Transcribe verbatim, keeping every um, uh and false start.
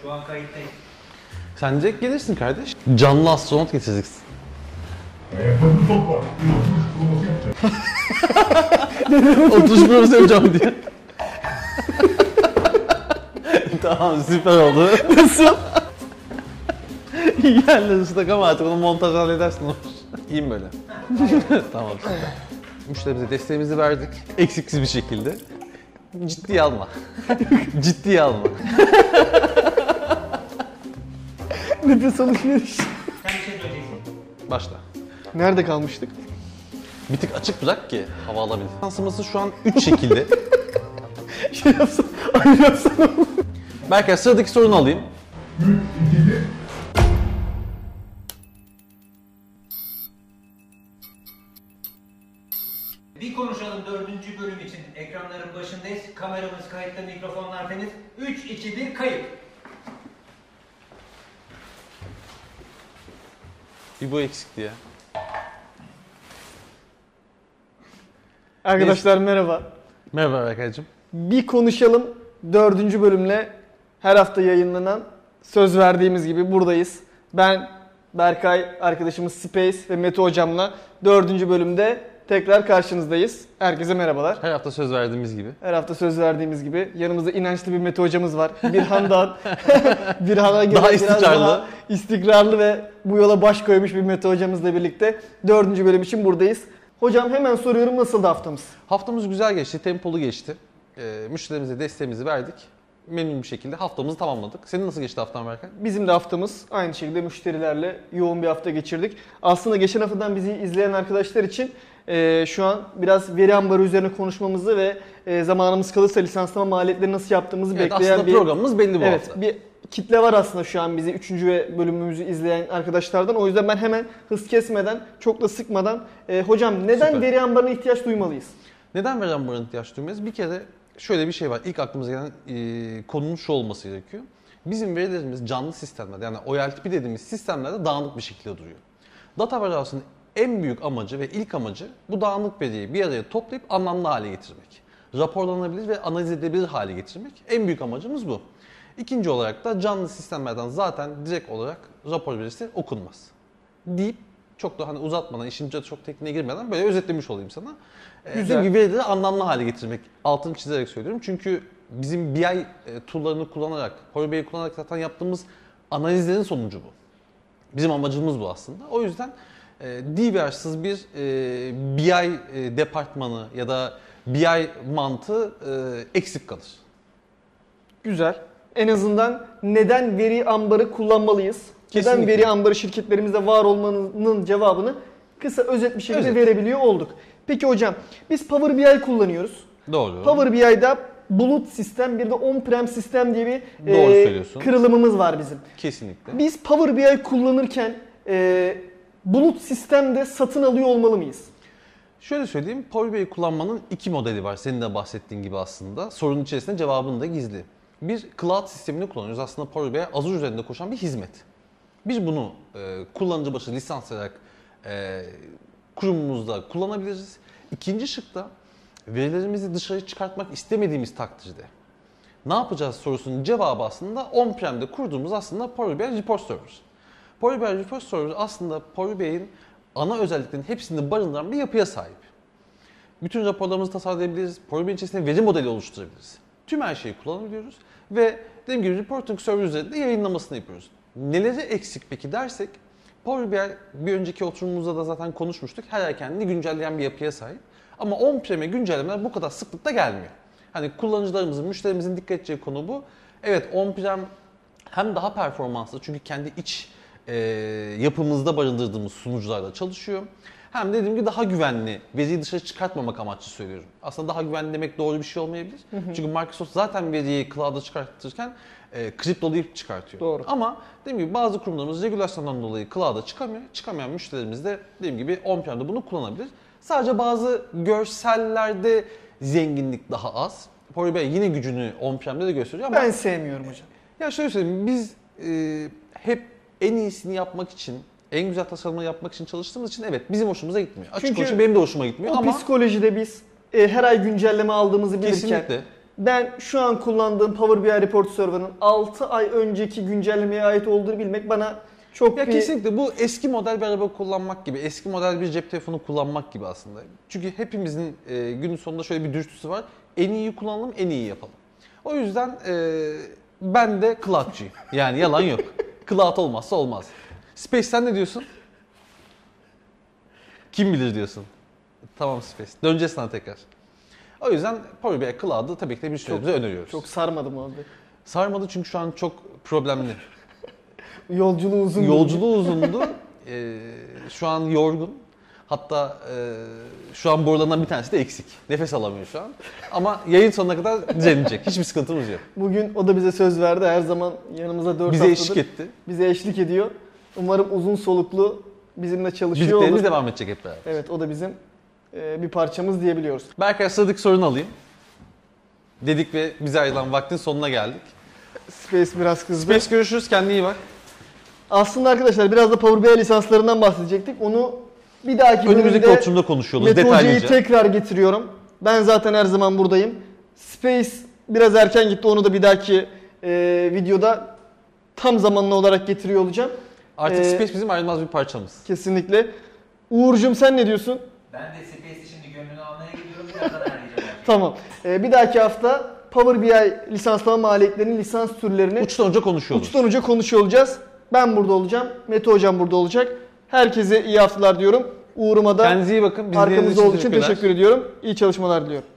Şu an kayıttayım. Sen direkt gelirsin kardeş. Canlı astronot getirdik. Ayakkabı top var. Oturuş provası yapacağım diye. Tamam, süper oldu. Nasıl? İyi geldin ıslak ama artık onu montaj halledersin. İyiyim böyle. Tamam, süper. Müşterimize desteğimizi verdik. Eksiksiz bir şekilde. Ciddiye alma. Ciddiye alma. Nefes alışveriş. Sen bir şey söyleyeceksin. Başla. Nerede kalmıştık? Bir tık açık bırak ki hava alabilir. Yansıması şu an üç şekilde. Şey yapsana, ay yapsana. Berkay, sıradaki sorunu alayım. üç, iki, bir. Bir konuşalım dördüncü bölüm için ekranların başındayız. Kameramız kayıtta, mikrofonlar temiz. üç, iki, bir, kayıt. Bir bu eksikti ya. Arkadaşlar merhaba. Merhaba Berkay'cığım. Bir konuşalım dördüncü bölümle her hafta yayınlanan söz verdiğimiz gibi buradayız. Ben Berkay, arkadaşımız Space ve Mete hocamla dördüncü bölümde tekrar karşınızdayız. Herkese merhabalar. Her hafta söz verdiğimiz gibi. Her hafta söz verdiğimiz gibi yanımızda inançlı bir Mete hocamız var. Birhan'dan Birhan'a göre Daha biraz istikrarlı. daha istikrarlı ve bu yola baş koymuş bir Mete hocamızla birlikte dördüncü bölüm için buradayız. Hocam hemen soruyorum, nasıldı haftamız? Haftamız güzel geçti, tempolu geçti. Ee, müşterimize desteğimizi verdik. Memnun bir şekilde haftamızı tamamladık. Senin nasıl geçti haftan Berkay? Bizim de haftamız aynı şekilde müşterilerle yoğun bir hafta geçirdik. Aslında geçen haftadan bizi izleyen arkadaşlar için e, şu an biraz veri ambarı üzerine konuşmamızı ve e, zamanımız kalırsa lisanslama maliyetleri nasıl yaptığımızı Evet, bekleyen aslında bir programımız belli bu evet, hafta. bir kitle var aslında şu an bizi üçüncü bölümümüzü izleyen arkadaşlardan. O yüzden ben hemen hız kesmeden, çok da sıkmadan e, hocam neden Süper. veri ambarına ihtiyaç duymalıyız? Neden veri ambarına ihtiyaç duymayız? Bir kere şöyle bir şey var. İlk aklımıza gelen e, konunun şu olması gerekiyor. Bizim verilerimiz canlı sistemlerde, yani O L T P dediğimiz sistemlerde dağınık bir şekilde duruyor. Data Warehouse'un en büyük amacı ve ilk amacı bu dağınık veriyi bir araya toplayıp anlamlı hale getirmek. Raporlanabilir ve analiz edilebilir hale getirmek. En büyük amacımız bu. İkinci olarak da canlı sistemlerden zaten direkt olarak rapor verisi okunmaz. Deyip çok da hani uzatmadan, işin çok tekniğe girmeden böyle özetlemiş olayım sana. Güzel. Bizim gibi verileri anlamlı hale getirmek, altını çizerek söylüyorum. Çünkü bizim B I e, tool'larını kullanarak, Power B I'yi kullanarak zaten yaptığımız analizlerin sonucu bu. Bizim amacımız bu aslında. O yüzden e, D V R'sız bir e, B I e, departmanı ya da B I mantığı e, eksik kalır. Güzel. En azından neden veri ambarı kullanmalıyız? Kesinlikle. Neden veri ambarı şirketlerimizde var olmanın cevabını kısa özet bir şekilde Özet. verebiliyor olduk. Peki hocam, biz Power B I kullanıyoruz. Doğru. Power B I'da bulut sistem, bir de on-prem sistem diye bir Doğru e, söylüyorsun. kırılımımız var bizim. Kesinlikle. Biz Power B I kullanırken e, bulut sistemde satın alıyor olmalı mıyız? Şöyle söyleyeyim, Power B I'yi kullanmanın iki modeli var. Senin de bahsettiğin gibi aslında. Sorunun içerisinde cevabını da gizli. Bir, cloud sistemini kullanıyoruz. Aslında Power B I Azure üzerinde koşan bir hizmet. Biz bunu e, kullanıcı başı lisanslayarak e, kurumumuzda kullanabiliriz. İkinci şıkta verilerimizi dışarı çıkartmak istemediğimiz takdirde ne yapacağız sorusunun cevabı aslında on-prem'de kurduğumuz aslında Power B I Report Server. Power B I Report Server aslında Power B I'nin ana özelliklerinin hepsini barındıran bir yapıya sahip. Bütün raporlarımızı tasarlayabiliriz, Power B I içerisinde veri modeli oluşturabiliriz. Tüm her şeyi kullanabiliyoruz ve dediğim gibi reporting server üzerinde yayınlamasını yapıyoruz. Neleri eksik peki dersek, Power B I bir önceki oturumumuzda da zaten konuşmuştuk. Her ay kendini güncelleyen bir yapıya sahip. Ama on-prem'e güncellemeler bu kadar sıklıkla gelmiyor. Hani kullanıcılarımızın, müşterimizin dikkat edeceği konu bu. Evet, on-prem hem daha performanslı çünkü kendi iç e, yapımızda barındırdığımız sunucularla çalışıyor. Hem dediğim gibi daha güvenli, veriyi dışarı çıkartmamak amaçlı söylüyorum. Aslında daha güvenli demek doğru bir şey olmayabilir. Hı hı. Çünkü Microsoft zaten veriyi cloud'a çıkartırken e, kriptolayıp çıkartıyor. Doğru. Ama dediğim gibi bazı kurumlarımız regülasyondan dolayı cloud'a çıkamıyor. Çıkamayan müşterilerimiz de dediğim gibi on-prem'de bunu kullanabilir. Sadece bazı görsellerde zenginlik daha az. Power B I yine gücünü on-prem'de de gösteriyor ama... Ben sevmiyorum hocam. Ya şöyle söyleyeyim, biz e, hep en iyisini yapmak için, en güzel tasarımı yapmak için çalıştığımız için evet bizim hoşumuza gitmiyor. Açık Çünkü konuşayım, benim de hoşuma gitmiyor o ama... psikolojide biz e, her ay güncelleme aldığımızı bilirken Kesinlikle. Ben şu an kullandığım Power B I Report Server'ın altı ay önceki güncellemeye ait olduğunu bilmek bana çok Ya bir... kesinlikle bu eski model bir araba kullanmak gibi, eski model bir cep telefonu kullanmak gibi aslında. Çünkü hepimizin e, günün sonunda şöyle bir dürtüsü var. En iyi kullanalım, en iyi yapalım. O yüzden e, ben de cloud'cuyum. Yani yalan yok. Cloud olmazsa olmaz. Space sen ne diyorsun? Kim bilir diyorsun. Tamam Space. Döneceğiz sana tekrar. O yüzden Power B I Cloud'ı tabii ki de bir süremize öneriyoruz. Çok sarmadım abi. Sarmadı çünkü şu an çok problemli. Yolculuğu uzun. Yolculuğu uzundu. Ee, şu an yorgun. Hatta e, şu an borularından bir tanesi de eksik. Nefes alamıyor şu an. Ama yayın sonuna kadar düzelecek. Hiçbir sıkıntımız yok. Bugün o da bize söz verdi. Her zaman yanımızda dört Bize haftadır. eşlik etti. Bize eşlik ediyor. Umarım uzun soluklu bizimle çalışıyor olur. Müziklerimiz devam edecek hep beraber. Evet, o da bizim e, bir parçamız diyebiliyoruz. Berkay sıradaki sorunu alayım. Dedik ve bize ayrılan vaktin sonuna geldik. Space biraz kızdı. Space görüşürüz. Kendine iyi bak. Aslında arkadaşlar biraz da Power B I lisanslarından bahsedecektik. Onu bir dahaki Önümüzdeki bölümde oturumda konuşuyoruz Mete Hoca'yı detaylıca. tekrar getiriyorum. Ben zaten her zaman buradayım. Space biraz erken gitti. Onu da bir dahaki e, videoda tam zamanlı olarak getiriyor olacağım. Artık Ee, Space bizim ayrılmaz bir parçamız. Kesinlikle. Uğur'cum sen ne diyorsun? Ben de Space'i şimdi gönlünü almaya gidiyorum. Birazdan arayacağım. Tamam. Ee, bir dahaki hafta Power B I lisanslama maliyetlerinin lisans türlerini Uçtan uca konuşuyoruz. uçtan uca konuşuyor olacağız. Ben burada olacağım. Mete Hocam burada olacak. Herkese iyi haftalar diyorum. Uğur'uma da Kendinize iyi bakın. Bizi dinlediğiniz arkamızda olduğu için teşekkürler. teşekkür ediyorum. İyi çalışmalar diliyorum.